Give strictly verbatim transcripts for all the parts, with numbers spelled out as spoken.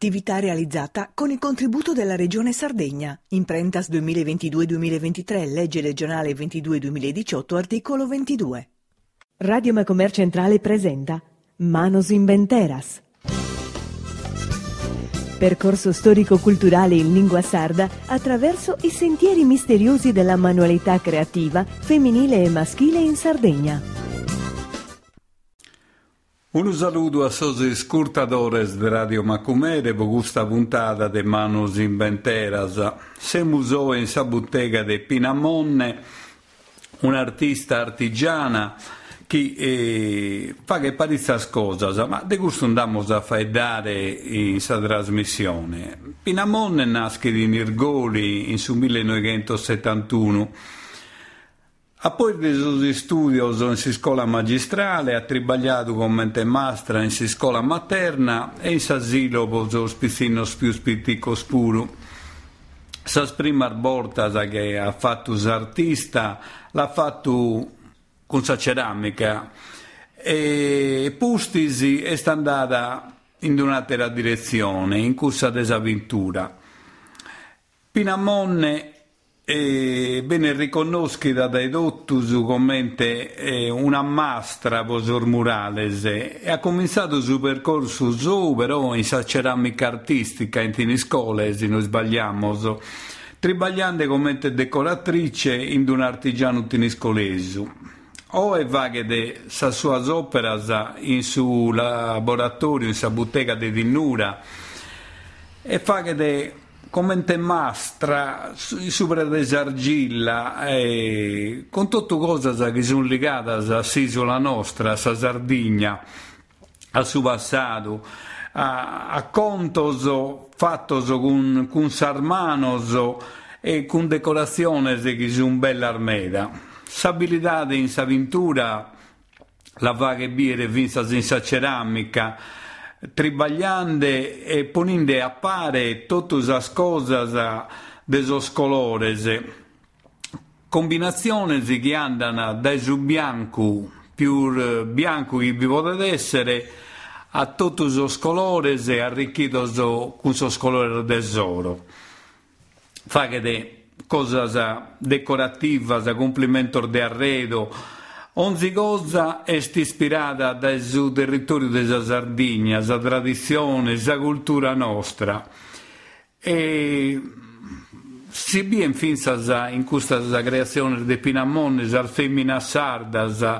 attività realizzata con il contributo della Regione Sardegna. Imprentas duemilaventidue duemilaventitré, legge regionale ventidue duemiladiciotto, articolo ventidue. Radio Macomer Centrale presenta Manos Inventeras. Percorso storico-culturale in lingua sarda attraverso i sentieri misteriosi della manualità creativa femminile e maschile in Sardegna. Un saluto a tutti gli ascoltatori di Radio Macumere per questa puntata di Manos Inventeras. Siamo in sa bottega di Pinamonne, un'artista artigiana che eh, fa che parizza cose, ma di questo andiamo a fare in questa trasmissione. Pinamonne nasce in Nirgoli in su millenovecentosettantuno. A poi dei suoi studi in scuola magistrale, ha lavorato come mastra in scuola materna e in asilo per i spizzini più spitticos puro. La prima volta che ha fatto l'artista l'ha fatto con la ceramica e Pustisi è andata in un'altra direzione, in questa disavventura. Pinamonne e viene riconosciuta dai dottus come eh, una mastra posor murales e ha cominciato il suo percorso su però in sa ceramica artistica in tini scole, se non sbagliamo, traballando come decoratrice in un artigiano tiniscolesu. O è va che de sa sua operas in suo laboratorio in sa bottega di Dinnura e fa che de come mastra sopra desargilla eh, con tutte cose che sono legate a l'isola nostra, a Sardegna, al suo passato, a, a contos fattos con, con sarmanos e con decorazioni che sono belle armeda. S'abilità in sa pintura la va che biere vinsa in sa ceramica, tribagliande e poninde a pare tutte le cose de sos colores, combinazioni che andano dai su bianco più bianco che vi potete essere a tutti i colores arricchiti con sos colori tesoro. Fa che de cose decorative, complimento di arredo. Ogni cosa è ispirata dal suo territorio della Sardegna, la tradizione, la cultura nostra. E si bien finza in questa creazione di Pinamonne, la femmina sarda, la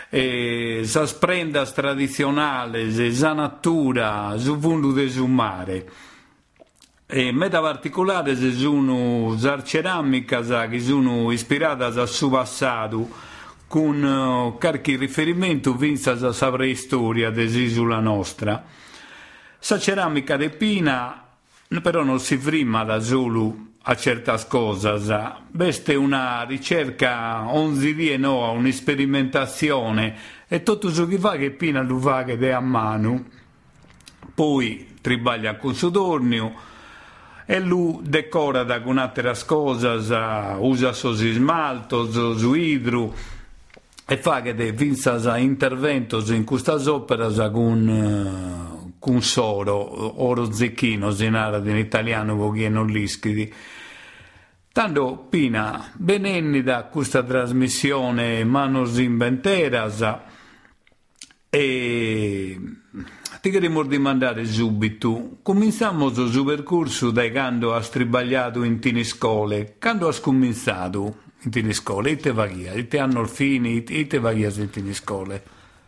sprendas tradizionali, la natura, il fondo del mare. E meta particolare sono le ceramiche che sono ispirate al suo passato, con uh, qualche riferimento vinza a sa preistoria dell'isola nostra. Sa ceramica de Pina però non si ferma da solo a certe cose, veste una ricerca ogni dia no, una sperimentazione e tutto ciò che fa che Pina lo fa che è a mano. Poi trabaglia con suo tornio e lui decora da con altre cose, usa suoi smalto, su idro e fa che de vinza intervento in questa opera con, con soro, oro zecchino, si narra in italiano perché non l'ischidi. Tanto Pina, benenni da questa trasmissione Manos Inventeras e ti vorremmo dimandare subito, cominciamo il suo percorso da quando ha tribagliato in tini scole, quando ha cominciato? In tini scole, e te vaghia, e te hanno il fine, e te vaghia in tini scole.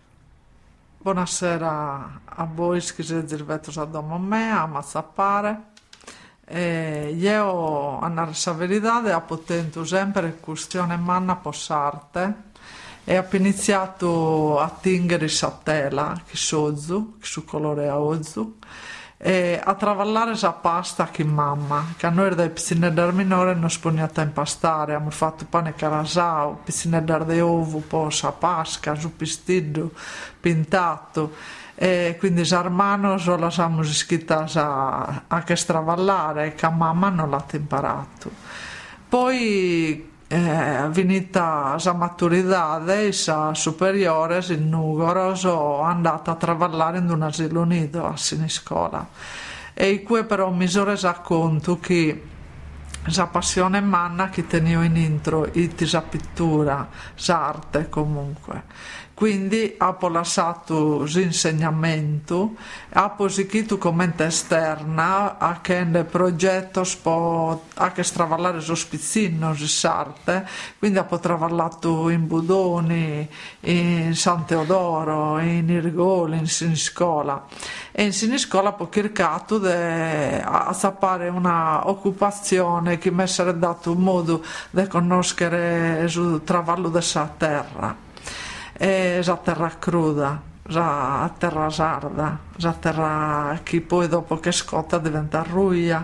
Buonasera a voi che siete arrivati a domo me, a Mazzappare. E io, a la verità, ho potento sempre questione manna possarte e ho iniziato a tingere sa tela, che sozzo, che su colore a ozzo, e a travallare sa pasta che mamma, che a noi dai piscinellar minore non sponiata impastare, abbiamo fatto pane carasau, piscinellar di ovo, poi sa pasca, su pistiddo, pintato, e quindi sarmano solo la siamo scritta a, a che stravallare, che a mamma non l'ha imparato. Poi eh, finita la maturità, sa superiore, in Nugoro, sono andata a travallare in un asilo nido a Siniscola. e qui però mi sono resa conto che la passione manna che tenivo in intro e la pittura, l'arte comunque. Quindi ho lasciato l'insegnamento, ho posichito come esterna a che il progetto può anche stravallare lo spizzino, l'arte, quindi ho travallato in Budoni, in San Teodoro, in Irgoli, in Siniscola. E in Siniscola ho cercato di sapere una occupazione che mi sarebbe dato un modo di conoscere il travallo della terra. E la terra cruda, la terra sarda, la terra che poi dopo che scotta diventa ruia,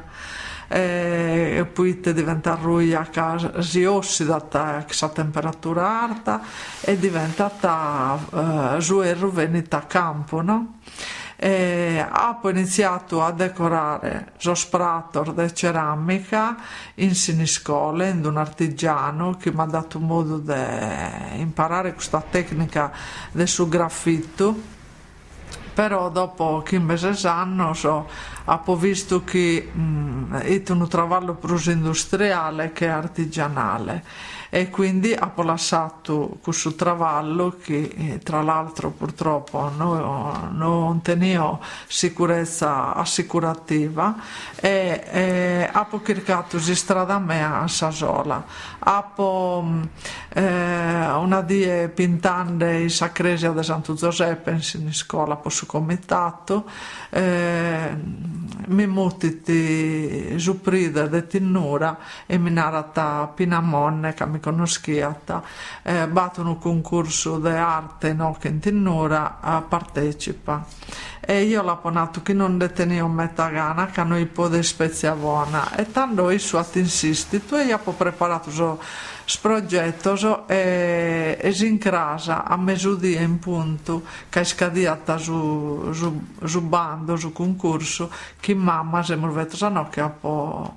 e poi diventa ruia che si ossida a questa temperatura alta e diventa uh, suero venita a campo, no? E ho poi iniziato a decorare lo sprator di ceramica in Siniscola, in un artigiano che mi ha dato modo di imparare questa tecnica del suo graffito. Però dopo quindici anni so, ho visto che mh, è un travallo più industriale che artigianale e quindi ho lasciato questo travallo che tra l'altro purtroppo no, non teneva sicurezza assicurativa e, e ho cercato di strada mia a Sasola. Ho eh, una die pintando in Sacresia di Santo Giuseppe in Siniscola per suo comitato, eh, mi mutiti Zuprida de Tinnura e mi narata Pinamonne che mi conosciata, eh, battono un concorso di arte no, che in Tinnura eh, partecipa. E io l'ho ponato che non ne tenevo metà gana, che noi po' di spezia buona e tanto io su insistito e io ho preparato so progetto so, e, e si incrasa a mezzodì in punto che è scadiata su, su, su bando, su concorso che mamma si è muovetta no, che ha po'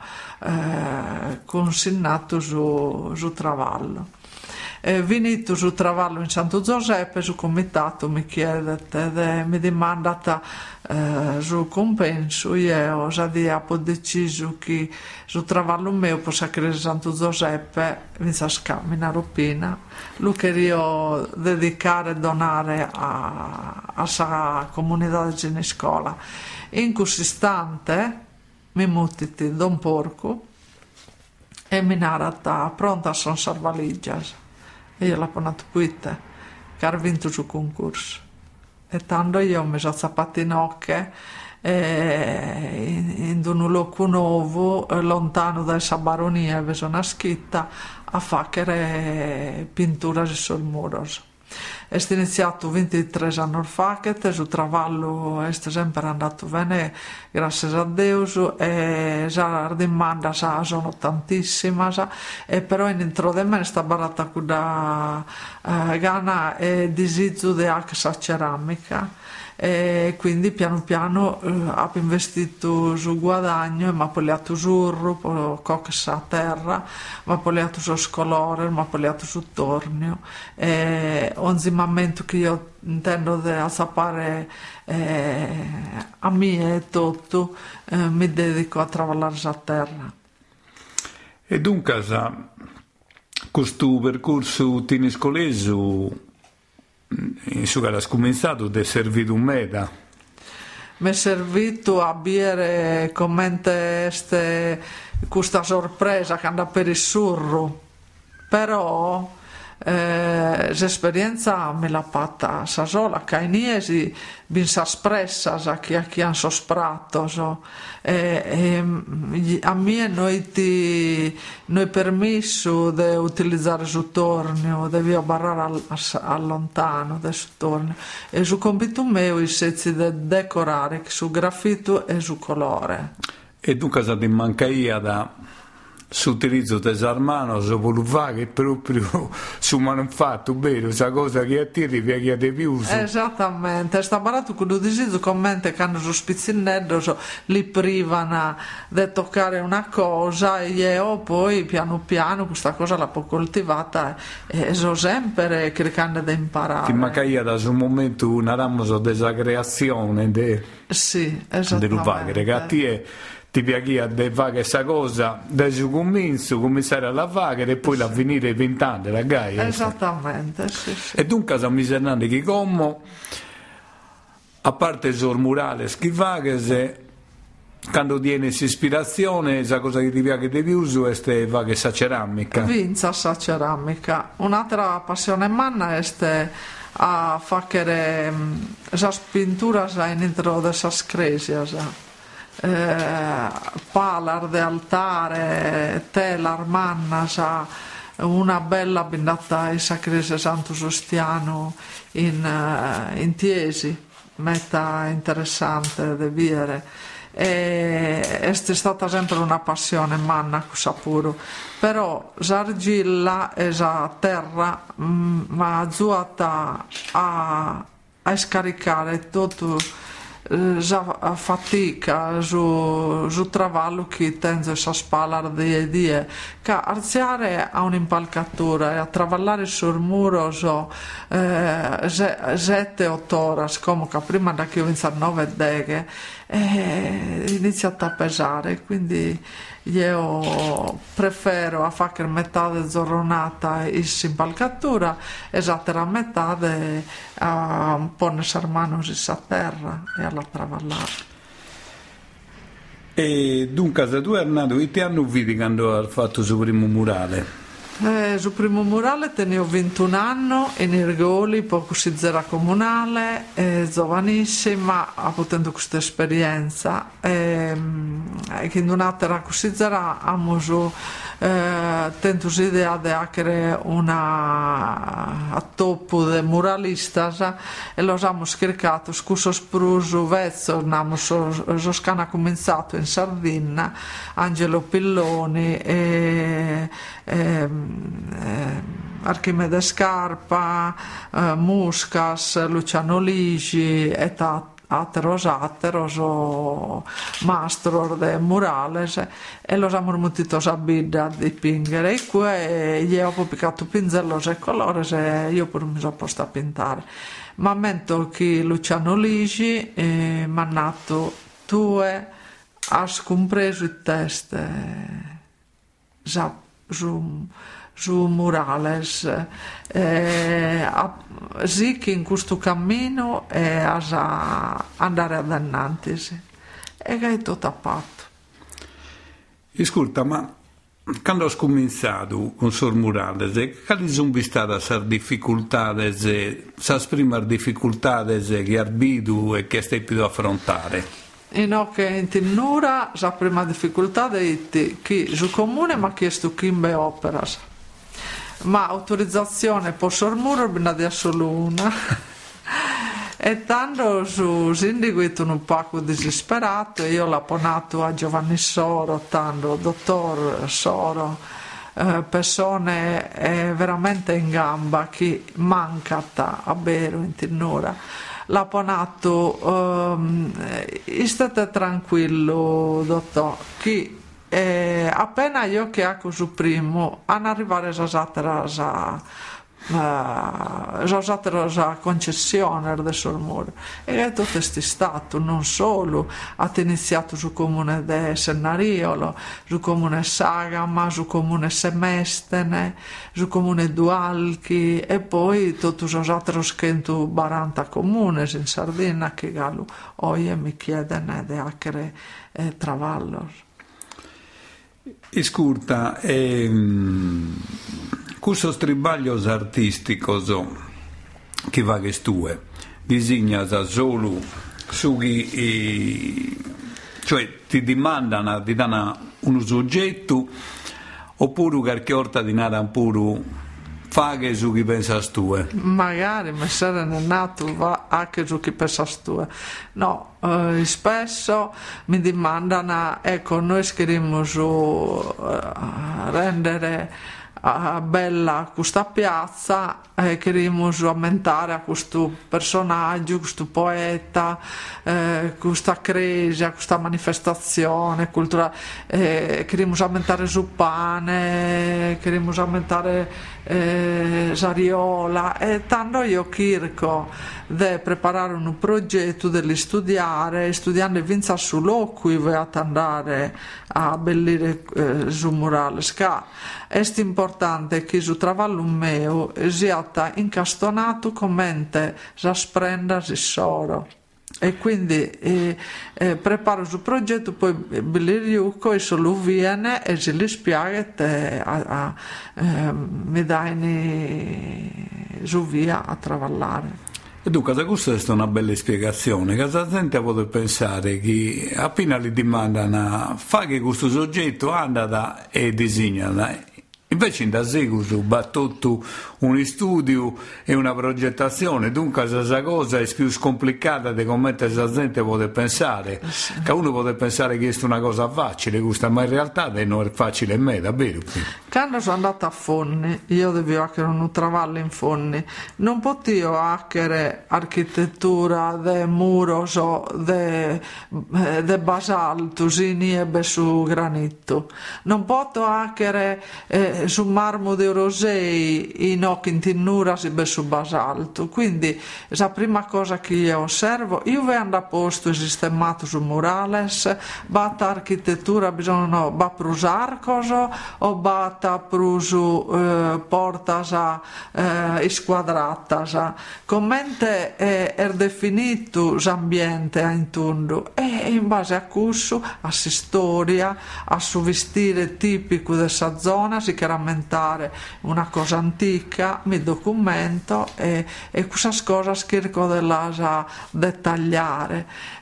eh, consignato su, su travallo. E finito sul travallo in Santo Giuseppe, sul comitato mi chiedete, de, mi domandata eh, sul compenso, io ho deciso che sul travallo mio possa credere Santo Giuseppe, mi sa scamina ropina, lo che io dedicare e donare a, a sa comunità di Siniscola. In questo istante mi mutiti Don Porco e mi narata pronta a son salvaligias. E io l'ho ponato puite, che ha vinto sul concorso. E tanto io mi sono zappata in occhio in, in un luogo nuovo, lontano da questa baronia, vi sono scritta a fare pittura sul muro. È iniziato ventitré anni fa, il travallo è sempre andato bene, grazie a Dio, e la domanda sono tantissime, e però in intro di me sta barata con da uh, gana e desiderio di anche la ceramica. E quindi piano piano eh, ho investito sul guadagno, mi ha poliato sul cocca a terra, mi ha poliato sul scolore, mi ha poliato sul tornio e ogni momento che io intendo di sapere eh, a me e tutto eh, mi dedico a travallare la terra. E dunque questo percorso tiniscolese in su che ha scominciato ti è servito un meta? Mi è servito a bere commente este, questa sorpresa che anda per il surro, però eh, l'esperienza me l'ha fatta sola, che in iesi bin s'espressa a chi, a chi hanno sospratto so. e, e, a me noi ti noi permesso di utilizzare il tornio, devi barrare al, al lontano del tornio e su compito mio i sezzi da de decorare su graffito e su colore. E dunque ti mancaia da l'utilizzo delle armano per lo fare proprio su manufatto, vero? Questa cosa che attiri via di più. Esattamente, sta barato che lo disidio commenta che hanno spizzinello, so, li privano di toccare una cosa e io poi piano piano questa cosa la può coltivata e so sempre cercando di imparare. Ti manca da un momento una ramosa della creazione de, sì, esattamente. dello fare, che a te ti piaceva di fare questa cosa da su comincio, cominciare a fare e poi la finire vent'anni, la gaia. Esattamente, sì, sì. E dunque San Misernandi che come, a parte il murales che fa, che se quando tieni ispirazione, la cosa che ti piace di più è fare questa ceramica. Vinza sa ceramica. Un'altra passione manna è a fare la pittura all'interno delle scresias. Eh, palar de altare, telar manna, sa, una bella bindata in Sacrese Santo Sostiano in, uh, in Tiesi, meta interessante da vedere. E è stata sempre una passione manna sapuro, però l'argilla e la terra mi ha aiutato a, a scaricare tutto la fatica su, su travallo che tengo a spalla di die che arziare a un'impalcatura e a travallare sul muro so eh, sette otto ore come che prima da che ho iniziato nove deghe e iniziato a pesare, quindi io prefero a fare metà di giornata in impalcatura esatta la metà di a ponersi le mani in terra e alla travallare. E dunque se tu eri nato, che ti hanno visto quando hai fatto il suo primo murale? Eh, sul primo murale tenevo ventuno anni in Irgoli, poco si zera comunale, eh, giovanissima, potendo questa esperienza. E eh, che in un'altra così zera abbiamo eh, tento l'idea di avere una a topo di muralistas e lo abbiamo scaricato scuso spruso vezzo, abbiamo so, so scana cominciato in Sardegna, Angelo Pilloni e Eh, eh, Archimede Scarpa, eh, Muscas, Luciano Ligi e ateros ateros o mastro de murales e los abbiamo mettito a bida di pingere e qui gli ho pubblicato pinzellos e colores e io pure mi sono posto a pintare, ma mento che Luciano Ligi eh, mi ha nato due ha scompreso il test già su, su murales eh, a, sì che in questo cammino è a andare avanti e che è tutto tappato. Ascolta, ma quando ho cominciato con sul murales quali sono state le difficoltà le prime difficoltà che hai visto e che stai più affrontare? In che in Tinnura la prima difficoltà è che sul comune mi ha chiesto kimbe operas, ma autorizzazione per sul muro ne ha solo una e tanto su sindaco è un po' disperato e io l'ho ponato a Giovanni Soro, tanto dottor Soro, eh, persone eh, veramente in gamba che mancata a Bero in Tinnura. L'ha ponato um, state tranquillo dottor che eh, appena io che ho su primo hanno arrivare a a concessione del sul muro e è tutto stato non solo ha iniziato sul comune di Sennariolo, sul comune Sagama, sul comune Semestene, sul comune Dualchi e poi tutti gli altri quaranta comuni in Sardegna che gallo oggi mi chiedono di avere eh, travallo. Ascolta, ehm, questo stribaglio artistico che va che stue disegna solo su chi cioè ti dimandano di dare uno soggetto oppure qualche volta di dare pure faghe su chi pensa tu magari mi sarà nato va anche su chi pensa stue. No, eh, spesso mi domandano, ecco, noi scriviamo su eh, rendere uh, bella questa piazza e queremos aumentare a questo personaggio, questo poeta, eh, questa crisi, questa manifestazione culturale, eh, queremos aumentare su pane, queremos aumentare eh, Sariola, e tanto io cerco di preparare un progetto, di studiare, studiando vinza su locui vai a andare a abbellire eh, su murale. È importante che su travallo mio sia incastonato commente sa sprenda si soro, e quindi eh, eh, preparo il progetto, poi li riucco e solo viene e se li spiega e a, eh, mi dai su via a travallare. E dunque, questa è una bella spiegazione, che la gente può pensare che appena gli domandano fa che questo soggetto anda e disegna, invece in da seguito va tutto un studio e una progettazione, dunque questa cosa è più scomplicata di come la gente può pensare, che uno può pensare che è una cosa facile questa, ma in realtà non è facile a me, davvero. Quando sono andata a Fonni, io dovevo hackere un travallo in Fonni, non potevo hackere architettura de muros o de, de basalto, niebe su granito, non posso hackere eh, su marmo de rosei in occhintennura su basalto, quindi la prima cosa che io osservo, io vengo a posto e sistemato su murales, batta architettura bisogna va prusar cosa o batta prusu eh, portas a eh, squadratas, commente è er definito l'ambiente in tundu e in base a questo, a si storia, a suo vestire tipico di questa zona, si chiaramente una cosa antica, mi documento e, e queste cose cerco di lasciare dettagliare.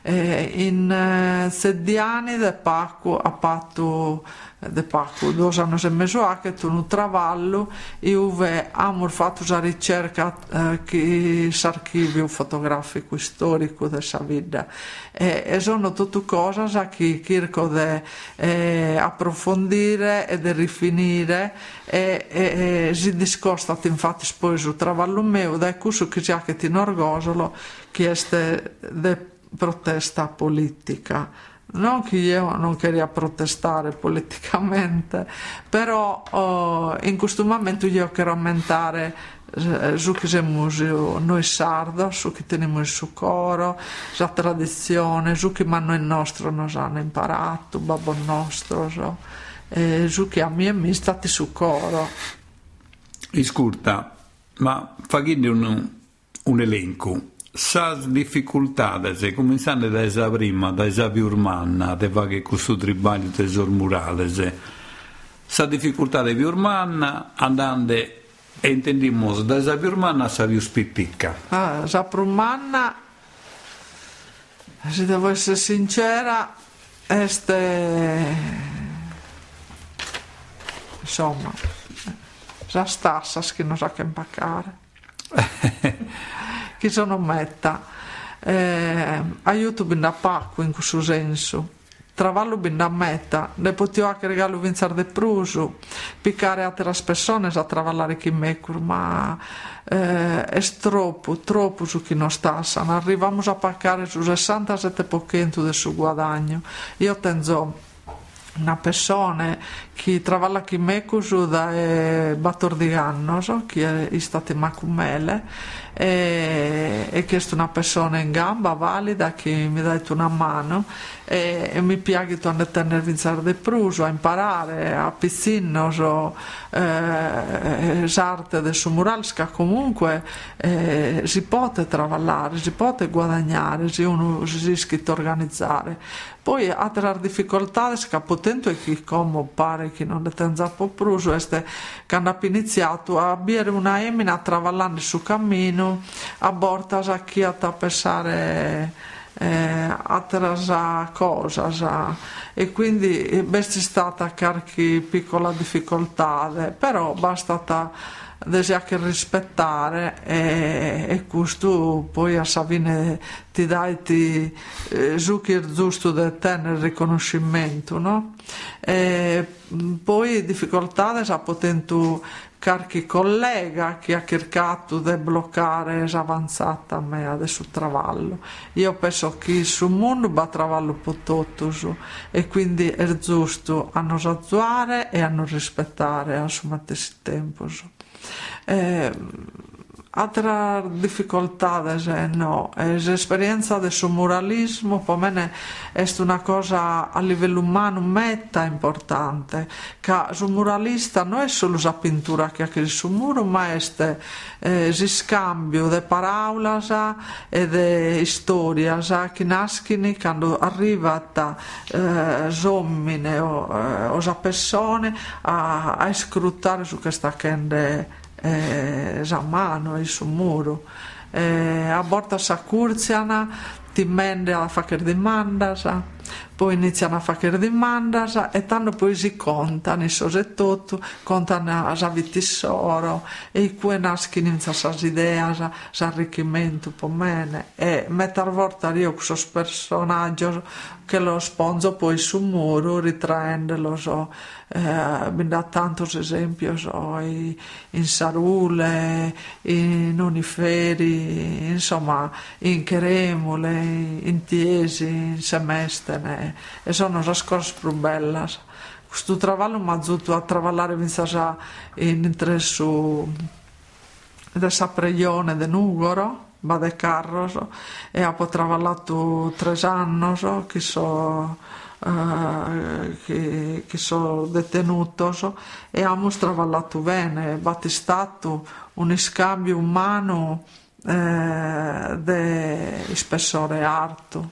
E in eh, sedi anni de Paco ha fatto de Paco, due anni e mezzo a che tu un travallo e dove abbiamo fatto una ricerca eh, che l'archivio fotografico storico della sua vita e, e sono tutte cose che cerco di eh, approfondire e di rifinire e, e, e si discosta infatti poi sul travallo mio da questo che già che ti inorgosolo che è de protesta politica. Non che io non queria protestare politicamente, però oh, in questo momento io quero aumentare eh, su che siamo noi sardo, su che teniamo il suo coro, la tradizione, su che noi nostro nos hanno imparato, babbo nostro, so, e su che a me mi stati su coro. Ascolta, ma facendo un, un elenco. Sa difficoltà, cominciando da esa prima, da esa più urmana, de va che questo tribaglio tesor murale, sa difficoltà de più urmana, andando e intendiamo da esa più urmana sa più spitticca. Ah, sa più urmana, se devo essere sincera, este, insomma, sa stassas che non sa che impaccare. Che sono metta eh, aiuto bin da pacco in questo senso travallo bin da metta ne potevo anche regalo vinzare de pruso piccare altre persone a travallare chi me ma eh, è troppo troppo su chi non sta arriviamo a paccare su sessantasette per cento del suo guadagno io tengo una persona che travalla chi me così da eh, Batordigano so, che è stata macumele e, e che è una persona in gamba valida che mi ha dato una mano e, e mi piace a tenere vinzare del pruso a imparare a piscino so, eh, arte del suo muralska comunque eh, si può travallare si può guadagnare se uno si iscrive a organizzare poi altre difficoltà che potendo e che come pare che non le tenga po' pruso è che hanno iniziato a bere una emina travallando su cammino a borta a chi a pensare eh, altre cose e quindi è stata qualche piccola difficoltà però basta desia che rispettare e, e questo poi a Savine ti dai ti eh, zucchero giusto di tenere riconoscimento, no? E poi difficoltà sa potendo qualche collega che ha cercato di bloccare l'avanzata a me adesso travallo. Io penso che sul mondo va travallo pototto e quindi è giusto a non azzuare e a non rispettare al suo stesso tempo. Eh, altra difficoltà no, è l'esperienza del suo muralismo per me è una cosa a livello umano meta importante, che il muralista non è solo la pittura che ha sul muro, ma è eh, il scambio di parole e di storie che nascono quando arriva da eh, uomini o, eh, o persone a, a scrutare su questa gente Eh, a mano e sul muro eh, a borda sa curziana ti mende a fare domande, poi iniziano a fare domande e tanto poi si contano i sosettotti, contano la vita soro e qui nascono in questa idea l'arricchimento per me e mettere volta io questo personaggio che lo sponzo poi sul muro ritraendolo so, eh, mi dà tanti esempi so, in Sarule, in Oniferi, insomma in Cheremole, in Tiesi, in Semestene e sono le cose più belle. Questo travallo mi ha aiutato a travallare in tre su dessa pregione di Nugoro va de carro so, e ha travallato tre anni so, che so uh, che, che so detenuto so, e abbiamo travallato bene, battistato un scambio umano eh, di spessore alto.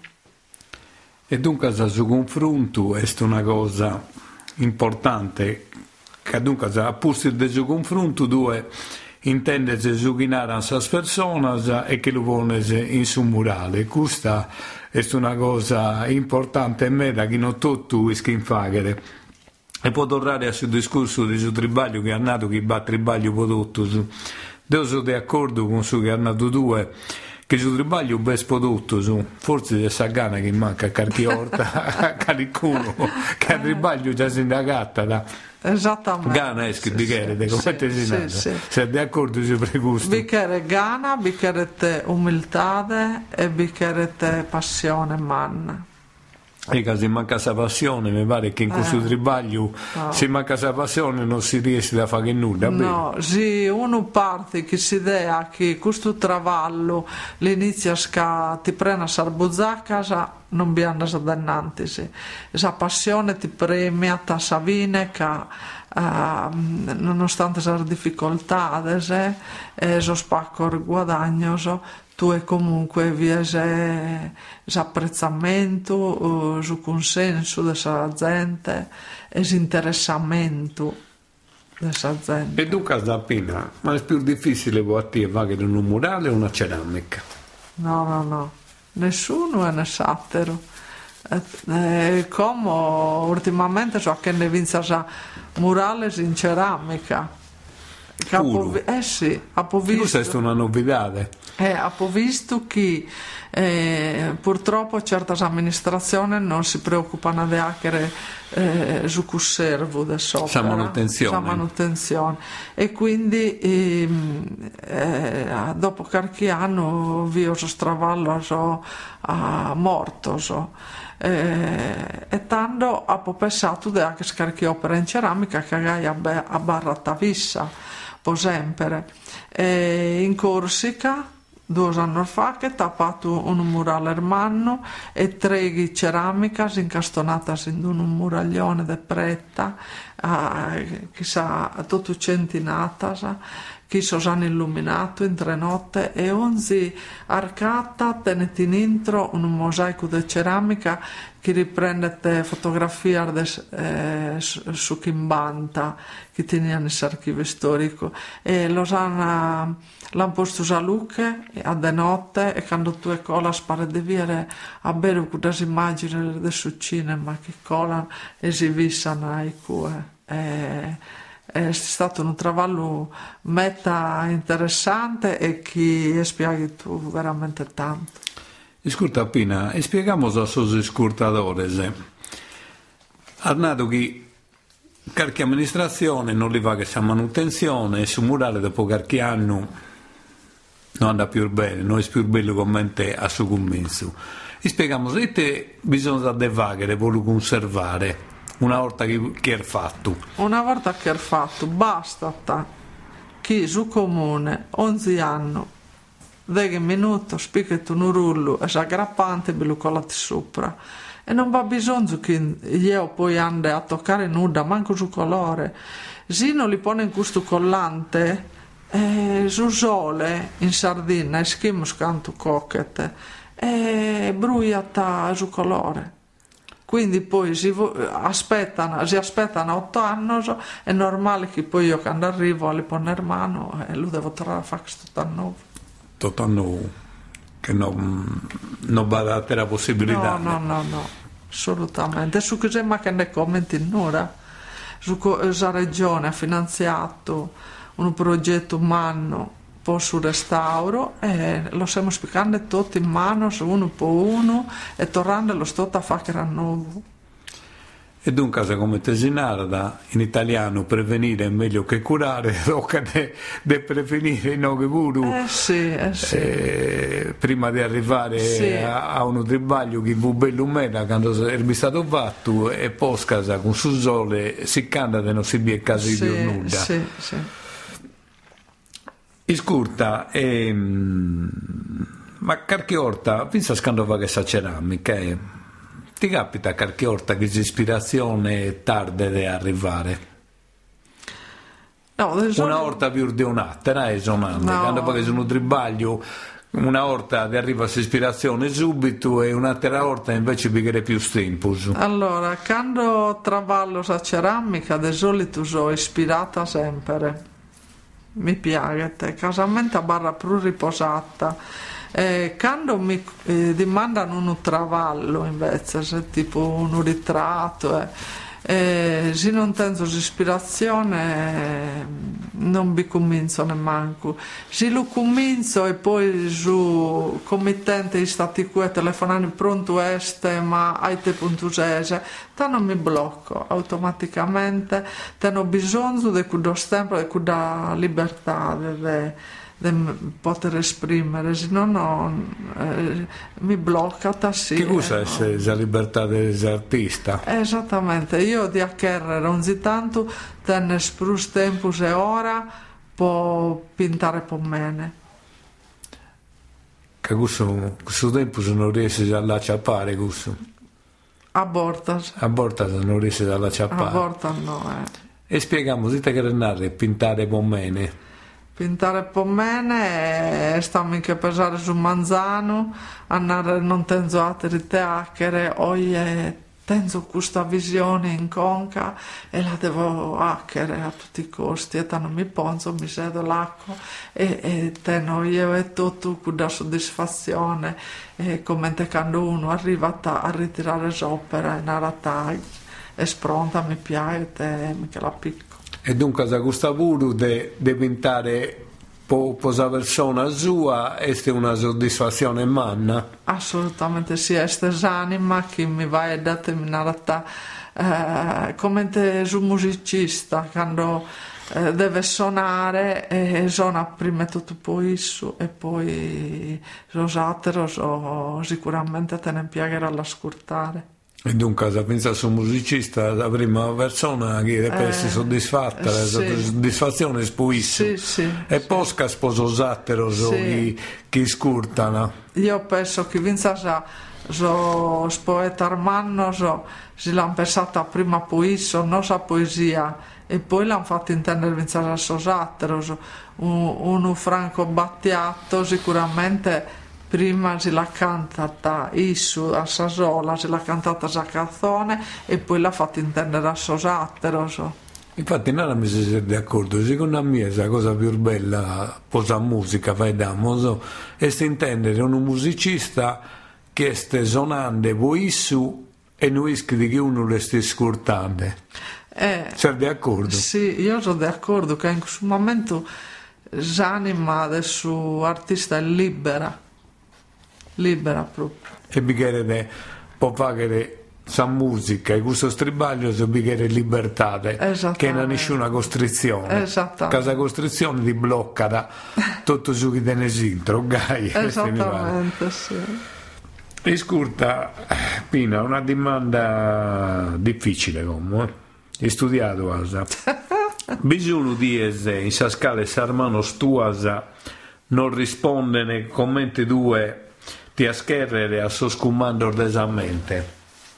E dunque il confronto è una cosa importante, che dunque a pur del suo confronto due intende giocare a queste persone e che lo pone in su murale. Questa è una cosa importante e meta che non tutti rischiano di fare. E può tornare al suo discorso di suo tribaglio che ha nato che va tribaglio prodotto. Io sono d'accordo con su che ha nato due che il tribaglio è un bel prodotto, forse c'è sta gana che manca a carchiorta, a caricuno, che a tribaglio già si indagatta da esattamente Gana è che sì, bicchiere sì, come te si sì, sì. sei d'accordo sopra questo? Bicchiere gana, bicchiere umiltà e bicchiere passione manna. E che se manca questa passione mi pare che in questo eh, tribaglio no. se manca questa passione non si riesce a fare nulla. No, se uno parte che si idea che questo travallo l'inizia a ti prende a sarbuzzacca non bisogna dannanti questa passione ti premia ta savine che uh, nonostante le difficoltà e eh, so spacco il guadagno so, tu è comunque viese apprezzamento, su consenso della gente e interessamento della gente. E dunque appena, ma è più difficile per te fare un murale o una ceramica? No, no, no, nessuno è ne satero. Eh, come ultimamente so che ne vince murales in ceramica. Capo, eh sì, ho visto, questa è una novità. Eh, ho visto che eh, purtroppo certe amministrazioni non si preoccupano di avere eh, su conservo del sopra, la manutenzione. manutenzione e quindi eh, eh, dopo qualche anno vi ho stravallo so, a morto so. Eh, e tanto ho pensato di anche qualche opera in ceramica che hai a, a barra tavissa per esempio e in Corsica due anni fa che ho tappato un murale ermanno e tre ceramiche incastonate in un muraglione di pretta eh, chissà tutto centinata che si hanno illuminato in tre notte e ogni arcata tenete in intro un mosaico di ceramica che riprende fotografie eh, su Chimbanta che tenevano l'archivio storico e lo hanno l'hanno posto a luce a de notte e quando tu e cola spara di via a bere queste immagini del suo cinema che colano e si vissano ai cue e è stato un travallo meta interessante e che spieghi tu veramente tanto. Ascolta appena, e spieghiamo a sos ascoltadores. Arnato che qualche amministrazione non li va che sia manutenzione e su murale dopo qualche anno non anda più bene, non è più bello come te a suo commesso. E spieghiamo che bisogna devagare, voglio conservare una volta che, che è fatto. Una volta che è fatto, basta ta, che su comune ogni anno degli minuti spicchetti un rullo e s'aggrappante e lo collati sopra. E non va bisogno che io poi ande a toccare nuda, manco su colore. Se non li pone in questo collante, eh, su sole in Sardegna e schimo scanto coccette e bruiata su colore. Quindi poi si aspettano, si aspettano otto anni, è normale che poi io quando arrivo a li poner mano e lo devo tornare a fare tutto a nuovo. Tutto a nuovo, che non, non va a dare la possibilità. No, no, no, no, assolutamente. Su che ma che ne commenti ora? Su cosa regione ha finanziato un progetto umano po' sul restauro e lo stiamo spiegando tutto in mano, uno per uno, e tornando lo sto a fare a nuovo. E dunque, come tesinarda, in italiano prevenire è meglio che curare, tocca de, de prevenire no che curu. Eh sì, eh sì. Eh, prima di arrivare sì. a, a uno tribaglio che fu bello meno quando è stato fatto e poi casa con su sole si candida e non si bie casi sì, di nulla. Sì, sì. Iscurta, ehm, ma qualche volta, pensa quando va che sa ceramica, eh, ti capita qualche volta che ispirazione tarda di arrivare? No, solito... Una volta più di un'altra, è sonante, no. Quando poi sono tribaglio, una volta ti arriva questa ispirazione subito e un'altra volta invece pigliare più tempo. Allora, quando traballo la ceramica, di solito sono ispirata sempre. Mi piace, casamente a barra più riposata. Eh, quando mi eh, dimandano un travallo invece, se tipo un ritratto, eh, eh, se non tengo ispirazione eh, non vi comincio nemmeno. Se lo comincio e poi su committente stati qui telefonando pronto este ma hai te punto sese, te non mi blocco automaticamente, tengo bisogno di quello tempo e quella libertà di poter esprimere, se no, no eh, mi blocca sì, che cosa eh, è no. La libertà dell'artista? Esattamente, io di accherrere ogni tanto tenne sprus tempus e ora può pintare po' mene. Che questo, questo tempo non riesce a lasciare questo? A Bortas. A Bortas non riesce a lasciare. A Bortas no, eh. E spieghiamo, dite che renare pintare po' mene. Pintare po' mene e stammi che pesare su manzano, andare non tenzo altri teachere, oie tenzo questa visione in conca e la devo hackere a tutti i costi e non mi ponzo, mi sedo l'acqua e, e tengo io e tutto con la soddisfazione e come te quando uno arriva a, a ritirare l'opera in realtà è spronta, mi piace e mi che la picco. E dunque a questo puro di pintare po' la persona sua è una soddisfazione manna? Assolutamente sì, è anima che mi va a determinare eh, come te su musicista quando eh, deve suonare e suona prima tutto poi su e poi l'osatero so, sicuramente te ne piagherà l'ascoltare. E dunque, se pensa su un musicista, la prima persona che deve essere eh, soddisfatta, la sì. soddisfazione è spuissima. Sì, sì, e sì. poi sposo zattero sì. chi, chi scurtano. Io penso che vinza sa, so poeta Armanno, so, si l'hanno pensata prima poesia, non sa poesia, e poi l'hanno fatto intendere vinza sa so zattero, so, un, uno Franco Battiato sicuramente. Prima si l'ha cantata Issu a Sasola, si l'ha cantata a canzone e poi l'ha fatta intendere a Sosattero. So. Infatti non mi si è d'accordo, secondo me la cosa più bella posa musica, fai damo, so, è intendere un musicista che sta suonando poi Issu e non ischi di che uno le sta ascoltando. Eh, Sei d'accordo? Sì, io sono d'accordo che in questo momento l'anima del suo artista è libera, libera proprio. E bicchiere può fare sa musica e questo stribaglio si bicchiere libertà, che non è nessuna costrizione. Esattamente. Casa costrizione ti blocca da tutto su chi te ne sintro, gai. Esattamente, sì. Ascolta, Pina, una domanda difficile comunque. Hai studiato, Asa. Bisogno di esse in sa scala sarmano stuasa non risponde nei commenti due ti a scherrere a so scumando ordesamente.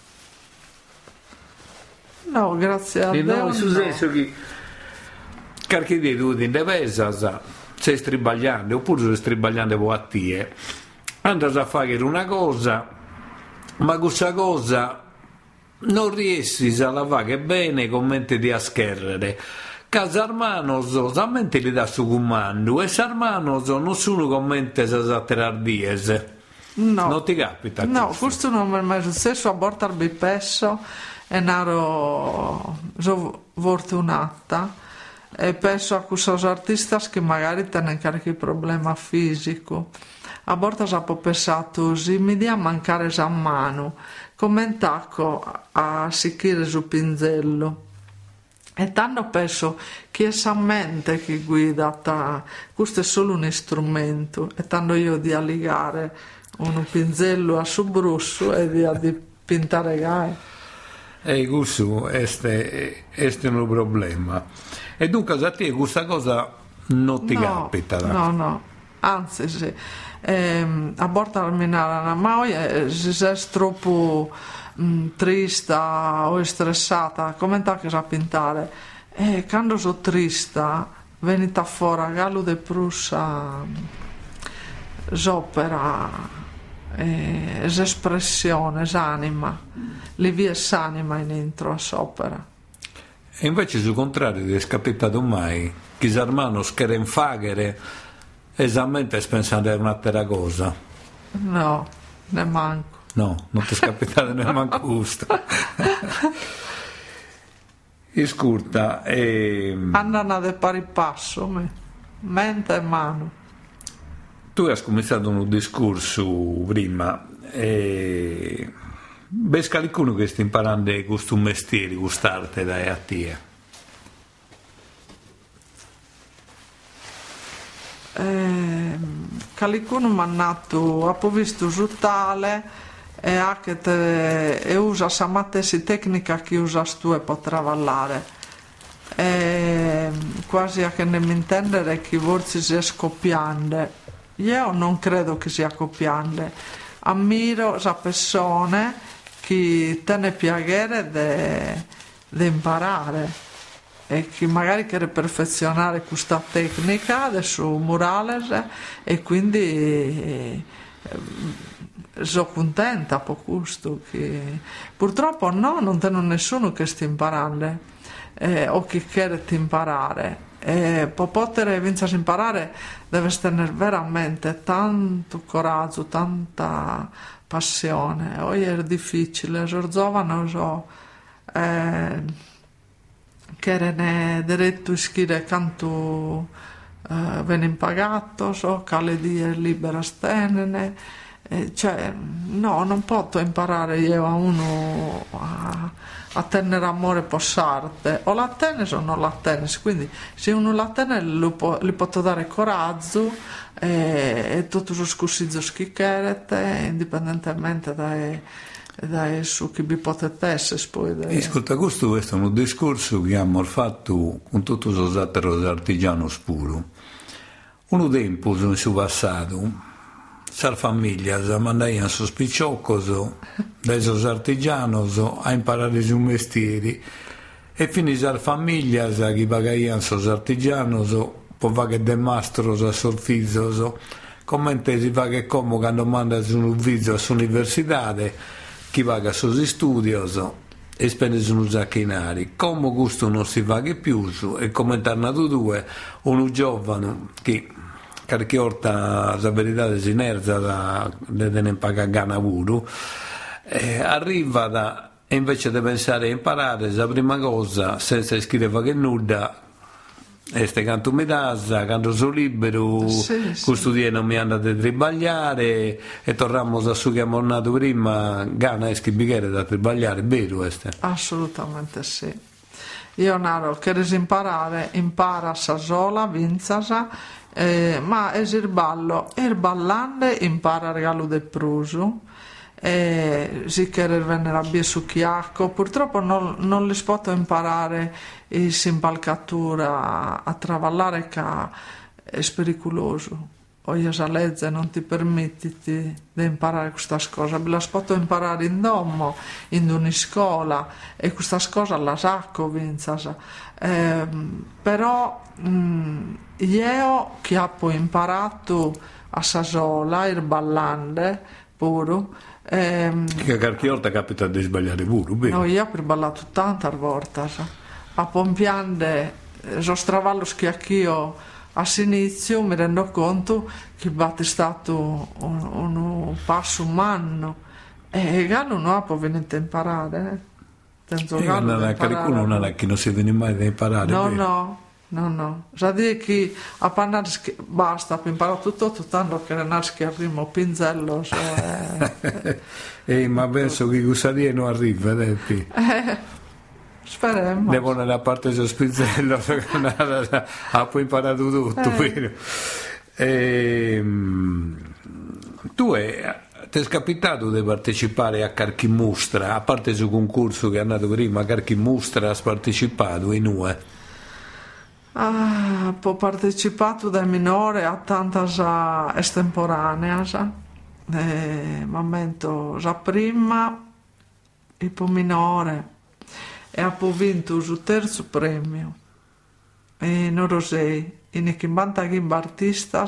No, grazie a e Dio. No, su no. senso che carchi di tu in devesa sei stribagliando oppure sei stribagliando con a tie andas a fare una cosa ma questa cosa non riesci a lavare bene commenti di a scherrere. Casarmanos solamente li dà su comando e Sarmanos non sono commenti a terardiese. No, non ti capita? No, questo, questo non mi è mai successo. A volte al bipesso e naro so fortunata e penso a questi artisti che magari tenen qualche problema fisico. A volte ho pensato se mi dia a mancare a mano come tacco a sicchire su pinzello. E tanto penso che è mente che guida, ta, questo è solo un strumento, e tanto io di alligare un pinzello a su brusso e di, di pintare gai. E questo è un problema. E dunque a te questa cosa non ti no, capita? Da. No, no, anzi sì. Eh, a volte ma eh, se sei troppo mh, trista o stressata, come ta che sa pintare? E quando sono trista, venita fuori gallo de Prussa, s'opera, eh, espressione, s'anima, li vi è s'anima in intro a s'opera. E invece sul contrario ti è scapitato mai che Sarmano scheren faghere esattamente pensando a un'altra cosa? No, ne manco. No, non ti è scapitato neanche questo. Iscurta e... Andano di pari passo, me. Mente e mano. Tu hai cominciato un discorso prima e... Beh, qualcuno che sta imparando questo mestiere, quest'arte da a te? Eh, qualcuno mi ha nato, ha visto su tale e anche te, e usa la stessa tecnica che usa tu e può travallare. E, quasi a che ne mi intendere che forse sia scoppiante. Io non credo che sia scoppiante. Ammiro la persone che te ne piacere di imparare e che magari vuole perfezionare questa tecnica del suo murales e quindi eh, sono contenta per questo che purtroppo no, non tengo nessuno che sta imparando eh, o che vuole imparare e per poter vincere a imparare deve tenere veramente tanto coraggio, tanta passione. Oggi è difficile, sono giovane, so, eh, che ne diretto ischire canto eh, viene impagato, so, cale di libera stenene, eh, cioè no, non posso imparare io a uno a, a tenere amore per l'arte, o la tennis o non la tennis, quindi se uno la tennis gli posso dare coraggio e, e tutto lo scursizzo che chiede, indipendentemente dai da su che vi potete essere poi. Ascolta, questo è un discorso che abbiamo fatto con tutti gli altri artigiani puro. Un tempo in suo passato, le famiglie mandavano su spicciocco dai artigiani a imparare su mestieri e fino alle famiglie che pagavano su artigiani per fare del mastro a solfizzo, come si fa che come quando manda su un vizio all'università chi paga i suoi studi e spende su un zacchinari, come questo non si paga più e come è tornato due un giovane che qualche volta la verità si inerza da ne paga gana puro eh, arriva da e invece di pensare a imparare la prima cosa senza scrivere che nulla e ste canto mi dasa, quando sono libero sì, sì. questo dia non mi hanno da tribagliare e torniamo a su che abbiamo nato prima gana e schibichere da tribagliare, vero questo? Assolutamente sì. Io naro che imparare impara sa sola vinzasa eh, ma es il ballo il ballande impara regalo del pruso e si che venere a bie su chiacco purtroppo non, non li poto imparare in impalcatura a travallare che è pericoloso o io sa legge non ti permetti di imparare questa cosa me la poto imparare in domo in una scuola e questa cosa la sacco vinzasa eh, però mh, io che ho imparato a sasola il ballande puro ehm, che qualche volta capita di sbagliare pure, vero? no, io ho ballato tante volte a Pompiande so stravallo schiacchio a sinizio mi rendo conto che è stato un, un passo umano e Gallo non ha poi venuto a imparare eh. E non è qualcuno non è che non si viene mai da imparare, no vero? no no no sa dire che a parlare basta per imparare tutto tanto che non che arriva il pinzello so, eh. eh, ma penso che questa dia non arriva eh, eh. Speriamo. Devo nella parte del spizzello ha poi imparato tutto eh. e, tu è, ti è capitato di partecipare a qualche mostra a parte il concorso che è andato prima a qualche mostra hai partecipato in U E? Ah, ho partecipato da minore a tante estemporanee eh, momento già prima e poi minore e ha poi vinto il terzo premio e non lo sei in cinquanta artista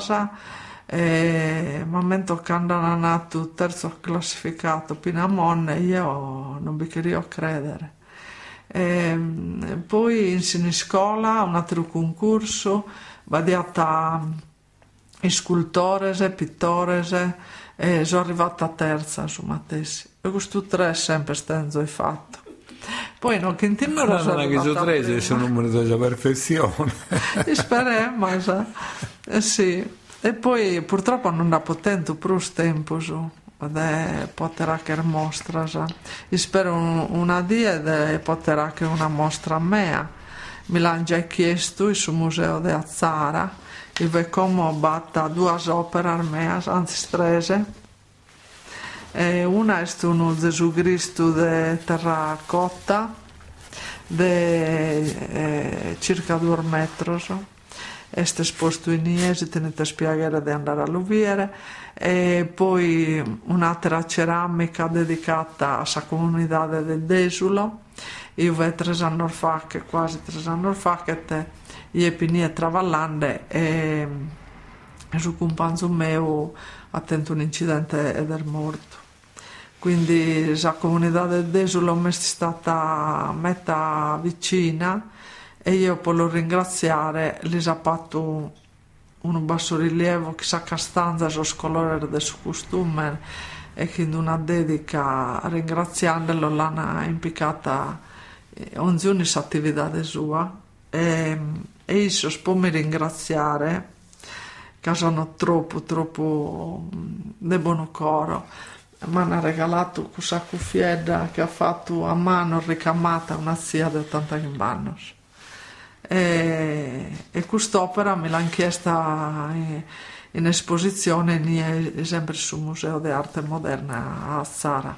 e momento che hanno nato terzo classificato Pinamon e io non vi queria credere e poi in scuola un altro concorso vadiata i scultore e pittore e sono arrivata a terza insomma e questo tre sempre stenzo e fatto poi non continuo no, non è che sono tre sono un numero della perfezione speriamo eh, sì e poi purtroppo non da potente più tempo su potrà che mostra io spero una dia e potrà che una mostra a me mi l'hanno già chiesto sul museo di Azzara e ve come batta due opere armee anzi tre e una è uno Gesù Cristo di terracotta di eh, circa due metri è esposto in Iesi tenete a spiegare di andare a Luviere e poi un'altra ceramica dedicata alla comunità del Desulo io vedo tre anni fa che quasi tre anni fa che te io pinie travallande e, e su companzo mio ha tenuto un incidente ed è morto quindi la comunità del Desulo mi è stata metta vicina e io per lo ringraziare gli ho fatto un bassorilievo che sa castanza sul colore del suo costume e quindi una dedica ringraziandolo l'hanno impiccata ognuno in attività sua e, e io poi mi ringraziare che sono troppo troppo di buon cuore mi hanno regalato questa cuffietta che ha fatto a mano ricamata una zia di ottanta anni e, e quest'opera me l'hanno chiesta in, in esposizione in, sempre sul Museo di Arte Moderna a Zara.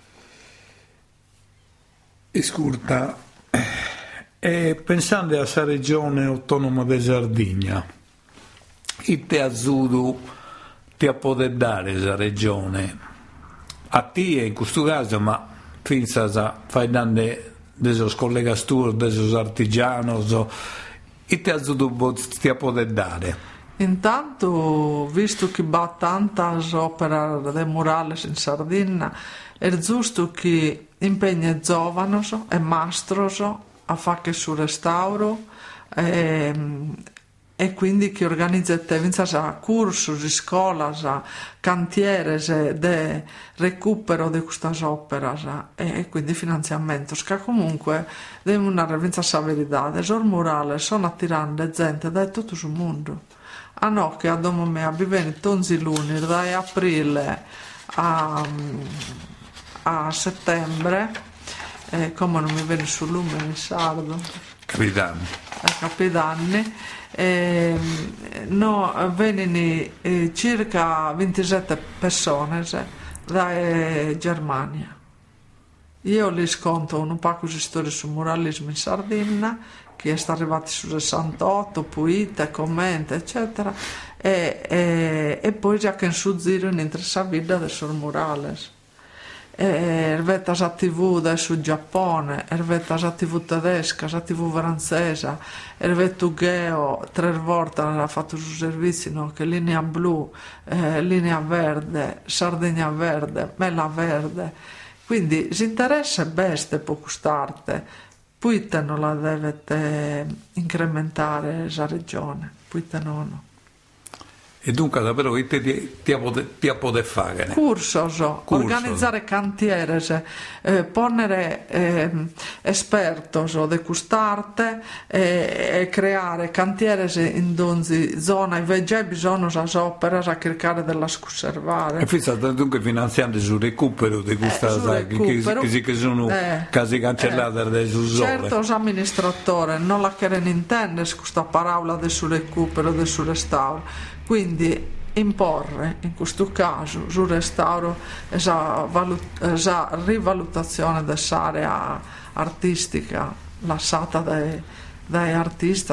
Ascolta, e pensando a questa regione autonoma di Sardegna chi ti ha avuto ti ha potuto dare questa regione a te in questo caso ma finza fai dande dei colleghi tuoi, dei artigiani, e ti ha potuto dare? Intanto, visto che va tanta opera di murale in Sardegna, è giusto che impegni giovani e mastri a fare su restauro e, e quindi chi organizza te vinza corsi, scuola, cantiere de recupero di queste opere e quindi finanziamento che comunque devono una vinza sa verità le murale sono attirando gente da tutto il mondo a no che a domo me abbiamo tonzi luni da aprile a, a settembre eh, come non mi viene sul lume in sardo Capitanni a capitanni Eh, no, vengono eh, circa ventisette persone eh, da eh, Germania. Io li sconto un po' di storie sul muralismo in Sardegna, che è arrivato su sessantotto, poeta, commenta, eccetera, e, e, e poi già che in su giro in interessa vita sul murales. Ervetta sa tivù da sul Giappone, ervetta sa tivù tedesca, sa tivù francese, ervetto Geo tre volte ha fatto il suo servizio, no? Che linea blu, eh, linea verde, Sardegna verde, mela verde. Quindi si interessa beste per quest'arte, poi te non la dovete incrementare la regione, poi te non. E dunque però ti, ti, ti ha potuto fare cursos, organizzare cantieri, eh, ponere eh, espertos di quest'arte e eh, creare cantieri in ogni zona e già bisogno di opere a cercare di conservare. E fissate dunque finanziando sul recupero di questa eh, che, che, che sono eh, casi cancellate eh, dai usole. Certo, l'amministratore non la chiede intende questa parola del sul recupero, del sul restauro. Quindi imporre in questo caso sul restauro esa, valut- esa rivalutazione dell'area artistica lasciata dai, dai artisti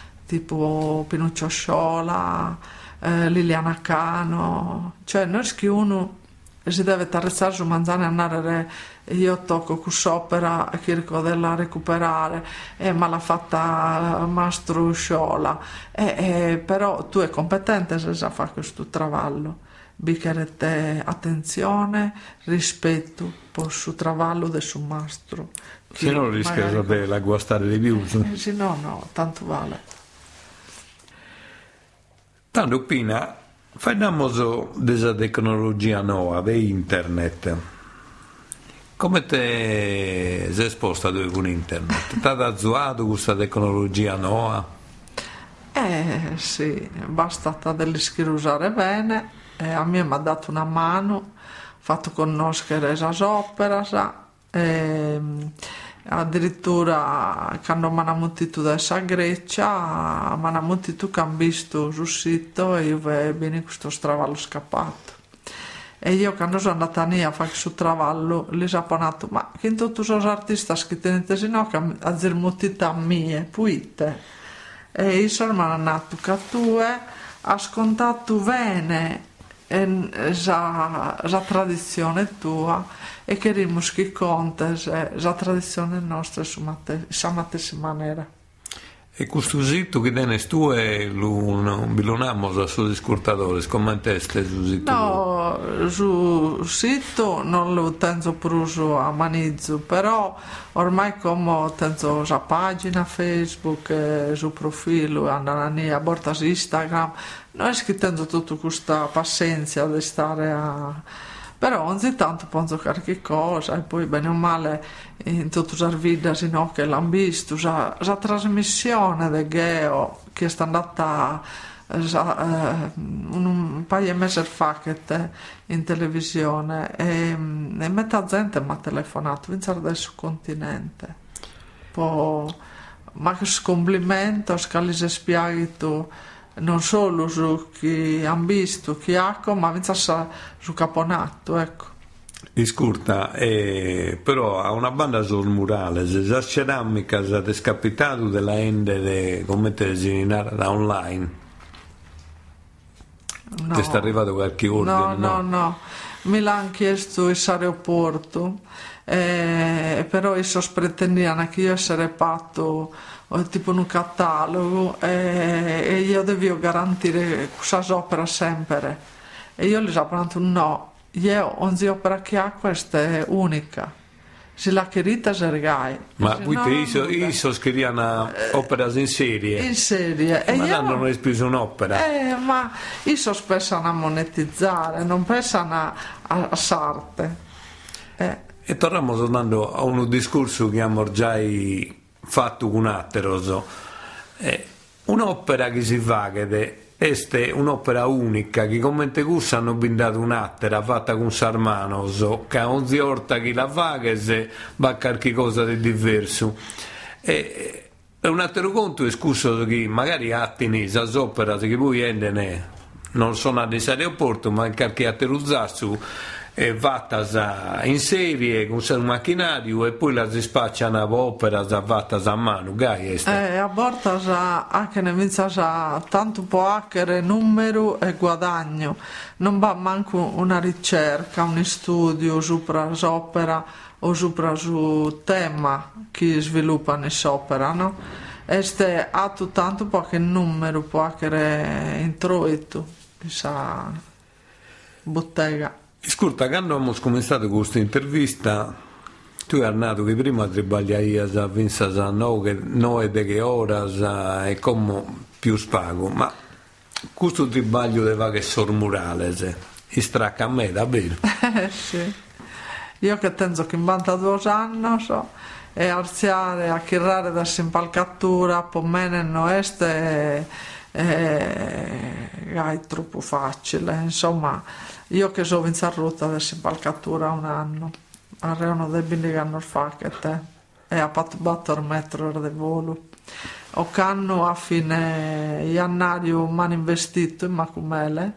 tipo Pinuccio Sciola, eh, Liliana Cano, cioè noi schiuno si deve attrezzare su manzane e andare io tocco quest'opera a Chirco della recuperare eh, ma l'ha fatta Mastro Sciola eh, eh, però tu è competente se sa fare questo travallo biccherete attenzione rispetto per su travallo del suo mastro se no rischia di la guastare di più eh, se no no tanto vale tanto Pina parliamo della tecnologia nuova di internet. Come te sei esposta con internet? Ti ha dato questa tecnologia nuova? Eh sì, basta dell'iscrivere usare bene. Eh, a me mi ha dato una mano, fatto conoscere le opere, eh, addirittura quando mi hanno montito da essa Grecia, mi hanno montito che hanno visto sul sito e io bene questo stravallo scappato. E io quando sono andata lì a fare questo travallo, gli ho parlato, ma che tutti sono artisti che tenete no, che a zermutita mie, puite. E io sono andato a tu ha scontato bene la tradizione tua e che rimus che conta la tradizione nostra su la stessa maniera. E questo sito che tienes tu è un bilonamo su discortadores, come teste su sito? No, sul sito non lo tengo pruso a manizzo, però ormai come tengo la pagina Facebook, eh, su profilo, andando a borda su Instagram, non è che tengo tutta questa pazienza di stare a... però ogni tanto penso qualche cosa e poi bene o male in tutte le vite no, che l'hanno visto la, la trasmissione di Geo che è andata eh, un, un paio di mesi fa che te, in televisione e, e metà gente mi ha telefonato pensare del suo continente poi, ma che complimento che gli si spiegato non solo su chi hanno visto, chi ha, ma anche su caponato, ecco. Discurta, eh, però a una banda sul murale, se la ceramica è scapitato della ende de, come te designare da online? No. Ti sta arrivato qualche ordine? No, no, no, no. Me l'hanno chiesto il aeroporto, eh, però io sospretendevano che io essere fatto tipo un catalogo e, e io devo garantire questa opera sempre e io gli ho detto no, io ogni opera che ha questa è unica si la cherita sergai. Ma quindi io, io so scriviano opere in serie. In serie. Ma e non è più un'opera. Eh, ma io so spesso a monetizzare, non pensano a, a, a sarte. Eh. E torniamo tornando a un discorso che abbiamo già fatto con Atteros. Eh, un'opera che si fa che è un'opera unica che come te gusta hanno bindato un'attera fatta con Sarmanos che ogni volta che la fa che se va a qualche cosa di diverso e, e un altro conto è scuso che magari attini sa opera che poi endene non sono ad aeroporto ma in qualche atteruzzasso e fatta in serie con un macchinario e poi la si spacciano opera fatta a mano gai eh, a volte anche ne vince tanto può hackere numero e guadagno non va manco una ricerca un studio sopra l'opera o sopra su tema che sviluppano l'opera no? Este ha tanto poco numero può hackere introito questa bottega. Ascolta, quando abbiamo cominciato con questa intervista, tu hai nato che prima trabagliai a Vinsas a noi de che ora e come più spago, ma questo trabaglio di varie sormurales, istracca a me davvero? Eh sì, io che tengo cinquantadue anni so, e arziare, a chirrare da simpalcatura, po' meno non è è troppo facile, insomma. Io che sono in ruota di simpalcatura un anno, arrivano dei bindi che hanno fatto e ha fatto battere metro di volo. O che hanno a fine jannaio mi hanno investito in Macumele,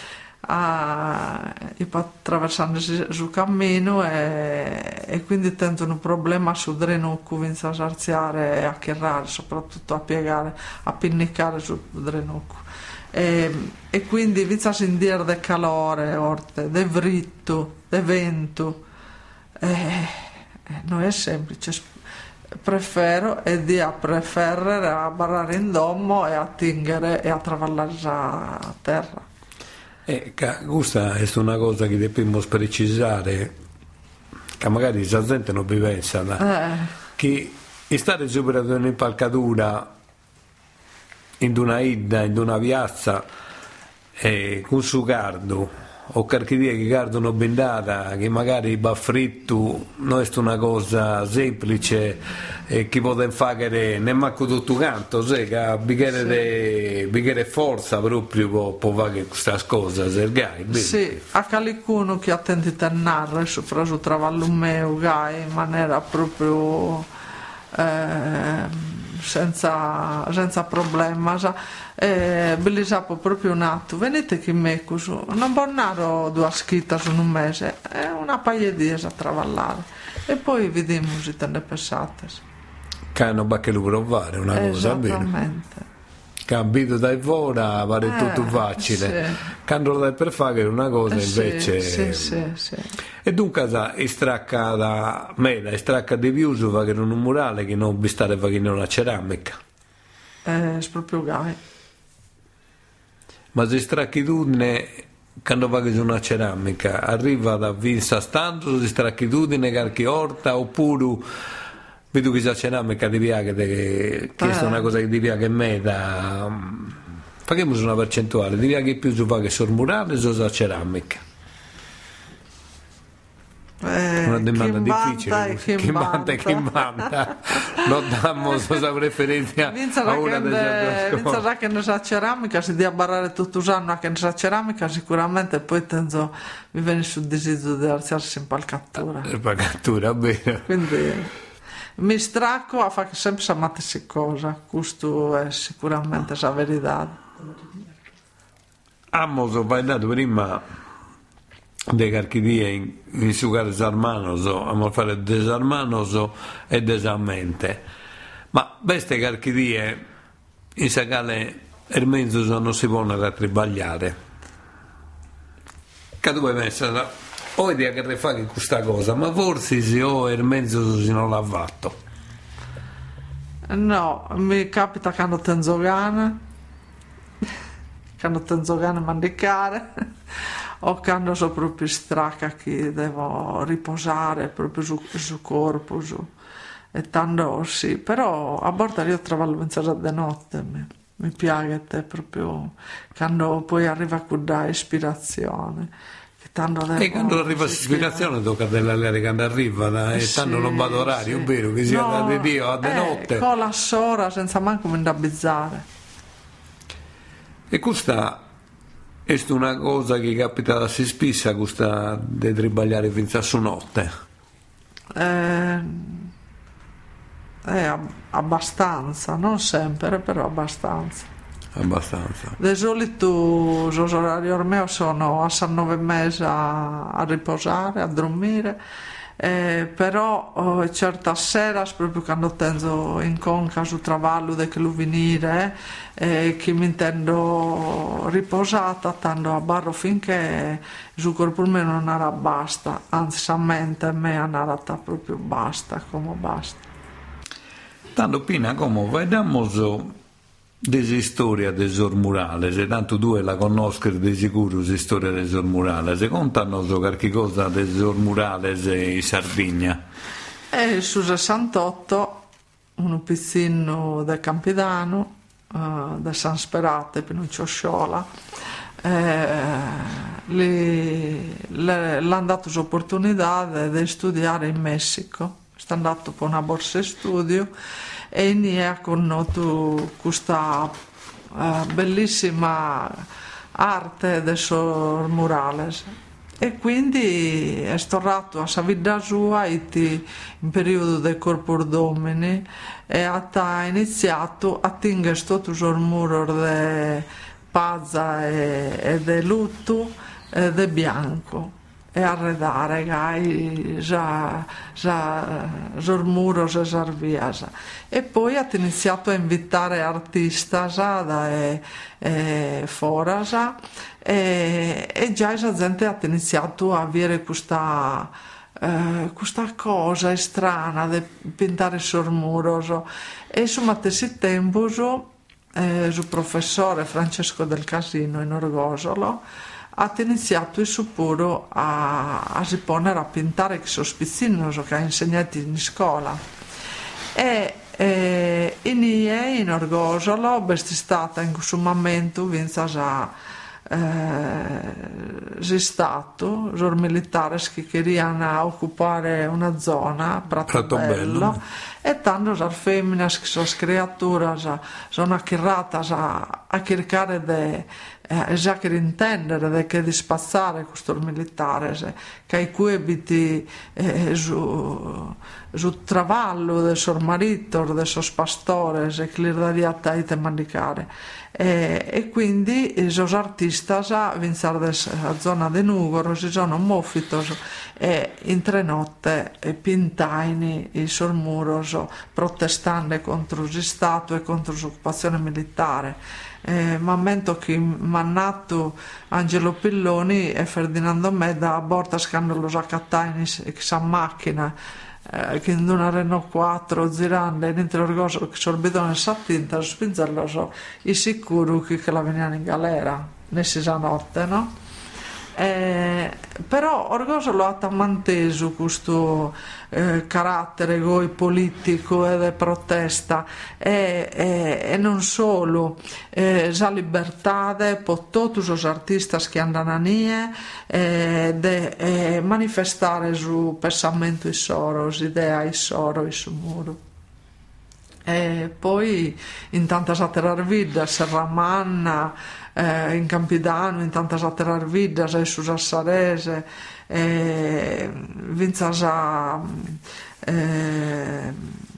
attraversando sul cammino e, e quindi tento un problema su Drenucco, vince a sarziare e a chirrare, soprattutto a piegare, a pinnicare su Drenucco. E, e quindi vince a sentire del calore, orte, del fritto, del vento. E, e non è semplice. Prefero e di a preferire a barrare in domo e a tingere e a travallare a terra. Eh, questa è una cosa che dobbiamo precisare, che magari la gente non vi pensa, eh. che stare sopra di un'impalcatura in una idda, in una piazza, eh, con su cardo, o qualche dia che cardo non bendata, che magari va fritto, non è una cosa semplice, eh, che può fare nemmeno tutto canto, sai, che bicchiere di forza proprio può fare questa cosa, Sergai. Sì, a qualcuno che ha tentato di narrare, sopra su travallo mio, in maniera proprio... Eh, senza, senza problema e ve li sapo proprio nato venite che me così non bornaro due schita su un mese è una paia di a travallare e poi vediamo se te ne pensate che non va che lo provare una cosa esattamente che abito dai fuori pare eh, tutto facile sì. Quando lo dai per fare una cosa eh, invece sì, sì, sì, sì. E dunque è stracca da mela è stracca di più su fare un murale che non vi stare facendo una ceramica eh, è proprio gai ma se stracchitudine quando fai una ceramica arriva da vinsa stando di stracchitudine qualche orta oppure vedo che la ceramica ti piace che questa è una cosa che ti piace a me da facciamo una percentuale ti piace più su fare sul murale o sulla ceramica eh, una domanda difficile chi manda e chi manda non diamo la preferenza a una delle vincerà che ne sa ceramica si dia barrare tutto l'anno anche ne sa ceramica sicuramente poi tenzo mi viene sul desiderio di alzarsi in palcatura palcatura bene quindi mi stracco a fare sempre la stessa cosa questo è sicuramente la verità amo vai dato prima dei carchidie in, in sugare desarmanoso a fare desarmanoso e desamente ma queste carchidie in sagale il mezzo non si possono rattribagliare che tu puoi pensare ho idea che ne fa che questa cosa ma forse se ho il mezzo se non l'ha fatto no mi capita che hanno tenzogana che hanno tenzogana mandicare o quando sono proprio stracca che devo riposare proprio su, su corpo, su. E tanto sì, però a volte io trovo pensare di notte, mi, mi piace proprio quando poi arriva con da ispirazione. E quando arriva l'ispirazione tocca della lei quando arriva da, e sì, tanto non vado orario, sì. vero che sia no, da Dio a de eh, notte con la sora senza manco mi indabbizzare. e questa è una cosa che capita da si spissa, questa di tribagliare fino a su notte eh, eh, abbastanza, non sempre, però abbastanza. abbastanza. Di solito gli orari ormai sono a San nove mesi a, a riposare, a dormire, eh, però oh, certa sera, proprio quando tengo in conca sul travallo di che lo venire, eh, che mi intendo riposata, tendo a barro finché il corpo per me non era basta, anzi sa mente a me andava proprio basta, come basta. Tanto Pina, come vediamo delle storie dei Sor Murales, e tanto tu la conosci di sicuro la storia dei Sor Murales, contanos qualche cosa dei Sor Murales in Sardegna. E su sessantotto un pizzino del Campidano, uh, da San Sperate, Pinuccio Sciola, eh, l'hanno dato l'opportunità di studiare in Messico, sta andato per una borsa di studio e ne ha conosciuto questa uh, bellissima arte del Sor Murales e quindi è tornato a vita sua in periodo del Corpus Domini e ha iniziato a tingere tutto il muro di pazza e, e di lutto e di bianco e arredare gai già già sormuro se serviasa e poi ha iniziato a invitare artisti da e, e forasa e, e già la gente ha iniziato a avere questa eh, questa cosa strana di pintare sormuro e insomma a questo tempo eh, il professore Francesco del Casino in Orgosolo ha iniziato il suppuro a, a si ponere a pintare che sospizzino che ha insegnato in scuola e, e in ie in Orgosolo è stata in questo momento vinta già eh, stato i militari che querían occupare una zona Pratobello e tanto le femmine che sono creature sono accirrate a, a cercare di eh, già che intendere di che di spazzare questo militare che i cui abiti eh, su, su travallo del suo marito del suo pastore che li radiata a mandicare e, e quindi i suoi artisti vinzare della zona di Nugoro si sono moffitos e in tre notte e pintaini i sormuros protestando contro lo Stato e contro l'occupazione militare. Eh, momento che mannato Angelo Pilloni e Ferdinando Medda a borda scandalo a Cattainis e che sa macchina eh, che in una Renault quattro girando dentro l'orgoglio che sorbidone sa tinta spingerlo so i sicuro che, che la venivano in galera ne si sa notte no? Eh, però Orgoso lo ha manteso questo eh, carattere goi politico e di protesta e, e, e non solo eh, la libertà per tutti gli artisti che andano a nie eh, de eh, manifestare il pensamento di loro, l'idea di loro su muro. E poi in tante altre vite Serramanna eh, in Campidano in tante altre vite e su Sassarese eh, Vinzasa eh,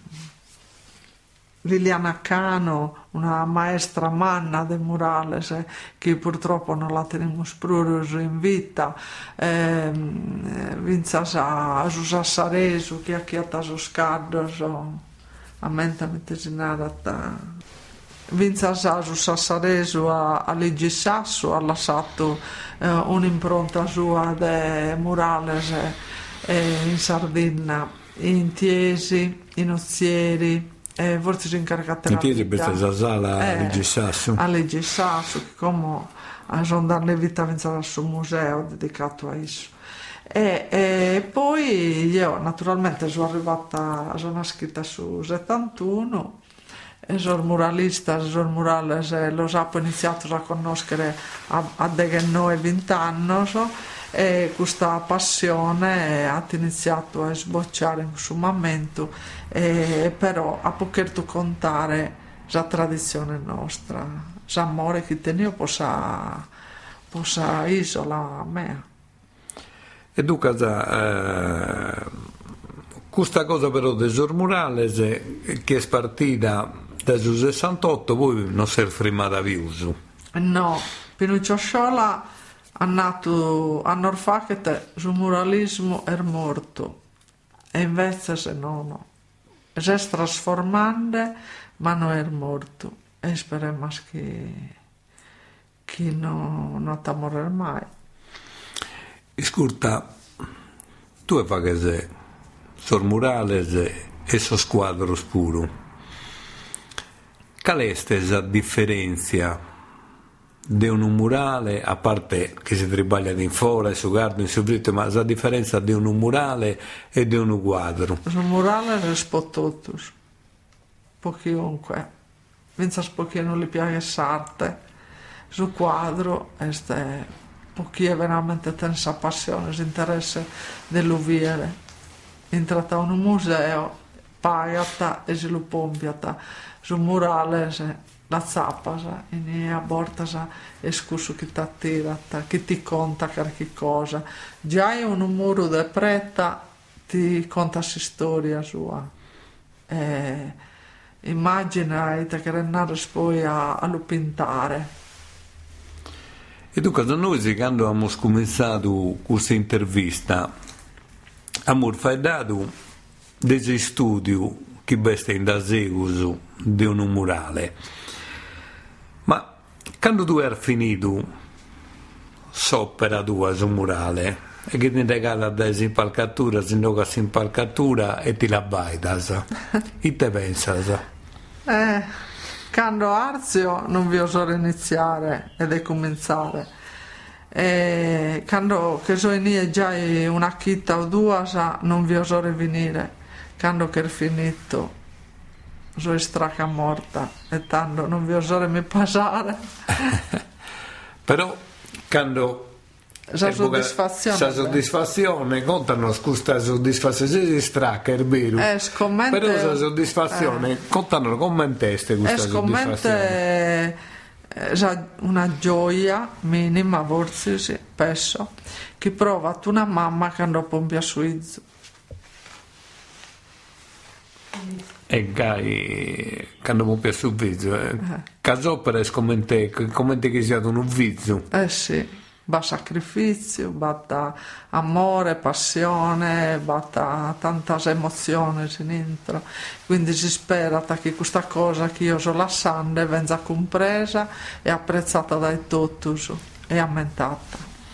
Liliana Cano una maestra manna de Murales eh, che purtroppo non la teniamo più in vita eh, Vinzasa su Sassaresu che ha chiamato su Scaddo so a mente metesinata Vinza Sasu Sassaresu a, a Leggi Sasso ha lasciato eh, un'impronta sua de Murales eh, in Sardegna in Tiesi, in Ozieri e forse si incaricate in chiesa questa è la sala a Legissasso a Legissasso che come sono dalle vita al suo museo dedicato a isso e, e poi io naturalmente sono arrivata sono scritta su settantuno e sono muralista sono murales e lo ho iniziato a conoscere a, a diciannove venti anni so, e questa passione ha iniziato a sbocciare in questo momento e però a poter contare la tradizione nostra l'amore che teniamo possa possa isola a me e tu casa eh, questa cosa però dei Murales che è partita dal sessantotto poi non si è fermata più no Pinuccio Sciola ha nato a Norfachet sul muralismo è morto e invece se no no si è trasformando ma non è morto e speriamo che che non non ti morrà mai. Ascolta, tu fai che sei sul murales e sul quadro puro qual è la differenza di un murale, a parte che si trabaglia in fuori, su guardo, in subito, ma la differenza di un murale e di un quadro? Un murale rispetto po' chiunque, senza pochi non gli piace l'arte, sul quadro è pochi è veramente tensa passione, si interessa dell'uviere, entrata in un museo, pagata e si lo pompiata, sul murale la zappa e a borta è scuso che ti attira, che ti conta qualche cosa. Già è un muro di preta ti conta la storia sua. E immagina che renare poi a, a lo pintare. E tu cosa noi quando abbiamo cominciato questa intervista abbiamo fatto dei studi che beste in da seguito di un murale. Ma quando tu hai finito s'opera tua sul murale e che ti regala delle impalcature, si gioca a impalcatura e ti la baitas, e te pensas? Eh, quando arzio non vi oso iniziare ed è cominciare. E quando che so in già una chitta o due non vi oso venire. Quando che è finito sono straca morta e tanto non vi oserei mi passare. Però quando la soddisfazione la soddisfazione contano questa soddisfazione si stracca è vero eh, scommente, però la soddisfazione eh, contano come teste questa eh, soddisfazione eh, una gioia minima forse sì, spesso che prova una mamma quando pompia su izzo e gai quando mi piace un vizio eh. eh. Casopera è come te che sia un vizio eh sì va sacrificio va amore passione va tante emozioni dentro quindi si spera che questa cosa che io sto lasciando venga compresa e apprezzata dai tutti e aumentata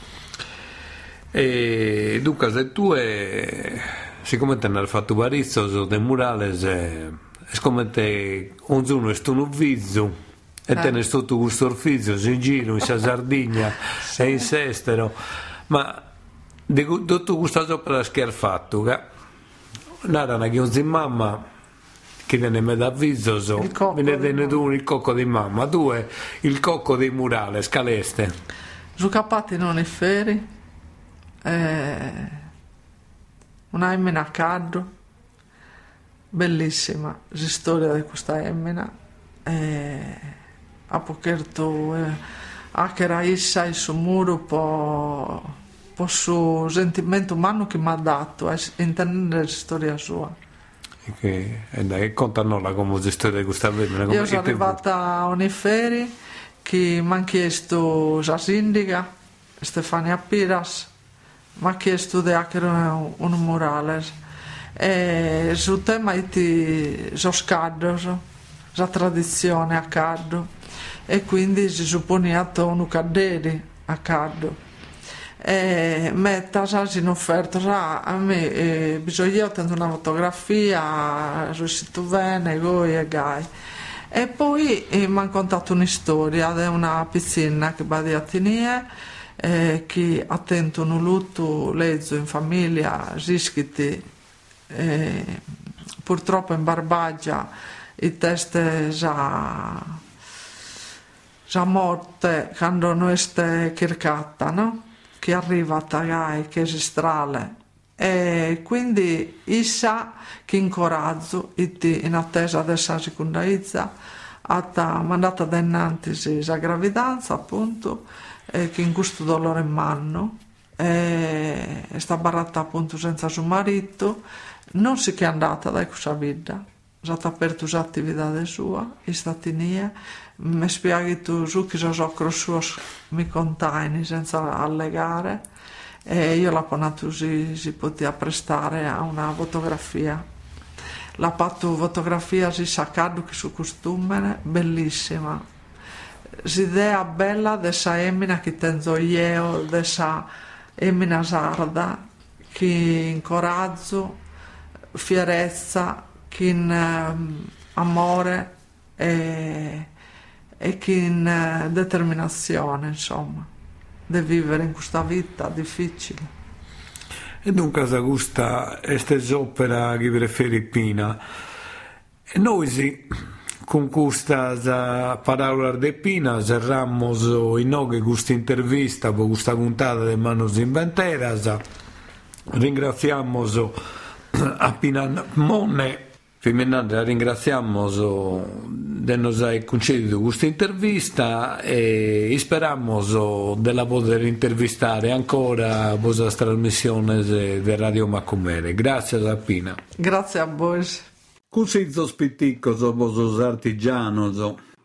e dunque se tu è siccome te ne hai fatto parizzo dei murales è come te ognuno è un vizio e eh. te ne sto tu questo orfizio in giro in Sardegna sì. E in Sestero ma di tutto questo opera che hai fatto che nada una chiusa in mamma che viene me da vizio so viene viene tu il cocco di mamma tu è il cocco dei murales caleste su capati non è feri eh una emmina a caldo bellissima la storia di questa emmina e a pocherto eh, a che era issa il suo muro po, po suo sentimento umano che mi ha dato a intendere la storia sua e che e dai contano la come la storia di questa emmina io sono arrivata a Oniferi che mi ha chiesto la sindica Stefania Piras mi ha chiesto di fare un, un murale e sul tema di scaddo la tradizione a caldo e quindi si supponeva un cadere a caldo e mettas in offerta, a me eh, bisogna tenere una fotografia, riuscito bene, goi e gai. E poi eh, mi hanno contato una storia di una piscina che va di Atinie, eh, che ha tenuto un lutto lezzo in famiglia, rischiati, eh, purtroppo in Barbagia, i teste già, già morte quando noi ste cercata, no? Che arriva a Tagai, che si strale. E quindi issa che incoraggio in attesa della seconda izza ha mandato innanzi la gravidanza appunto eh, che in questo dolore in mano e sta barata appunto senza suo marito, non si è andata da questa vita, ha aperto l'attività sua in Statinia, mi spieghi tu su che sono suo mi containi senza allegare. E io l'ho ponato si, si poteva prestare a una fotografia. L'ho fatto fotografia si saccado che su costume, bellissima. L'idea bella dessa emmina che tengo io, dessa emmina sarda, che incoraggio, fierezza, che in um, amore e, e che in uh, determinazione, insomma, di vivere in questa vita difficile. E dunque sa questa estesopera che preferi Pina. E noi sì, con questa parola di Pina cerramos in noi questa intervista per questa puntata di Manos Inventeras. Ringraziamo a Pina Monne. Finalmente ringraziamo di nos aver concesso questa intervista e speriamo di poter intervistare ancora a vostra trasmissione di Radio Macumere. Grazie a Pina. Grazie a voi. Consiglio spitticco a vostros artigianos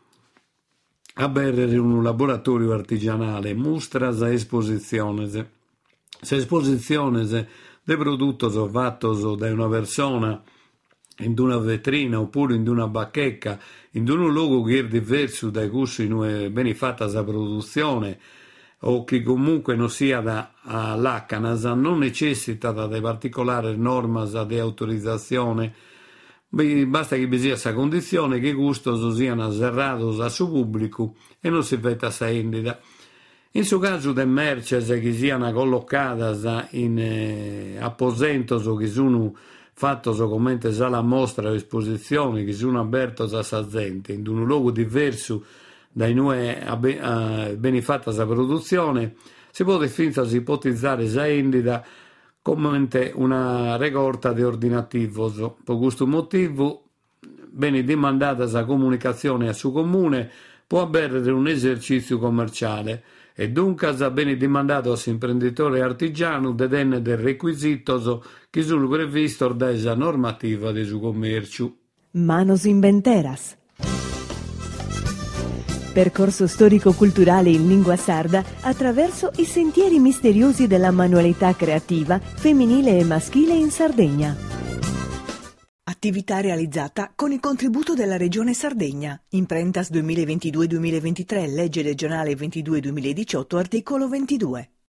a berrere un laboratorio artigianale, mostras e esposizioni. Se esposizioni di prodotti fatti da una persona in una vetrina oppure in una bacheca, in un luogo che è diverso da cui non è fatta la produzione o che comunque non sia da all'Acanas, non necessita di particolari norme di autorizzazione, basta che vi sia questa condizione che i gusti siano serrati al suo pubblico e non si veda questa vendita. In suo caso di merce che siano collocate in eh, apposentos che sono fatto come la mostra o esposizioni che sono aperte a gente in un luogo diverso dai noi ben fatta la produzione, si può finza si ipotizzare la vendita come una recorta di ordinativo. Per questo motivo viene demandata la comunicazione a suo comune può avere un esercizio commerciale e dunque viene demandato all'imprenditore artigiano dedenne del requisito che sono previsti dalla normativa del suo commercio. Manos Inventeras. Percorso storico-culturale in lingua sarda attraverso i sentieri misteriosi della manualità creativa femminile e maschile in Sardegna. Attività realizzata con il contributo della Regione Sardegna. Imprentas duemilaventidue duemilaventitré, legge regionale ventidue duemiladiciotto, articolo ventidue.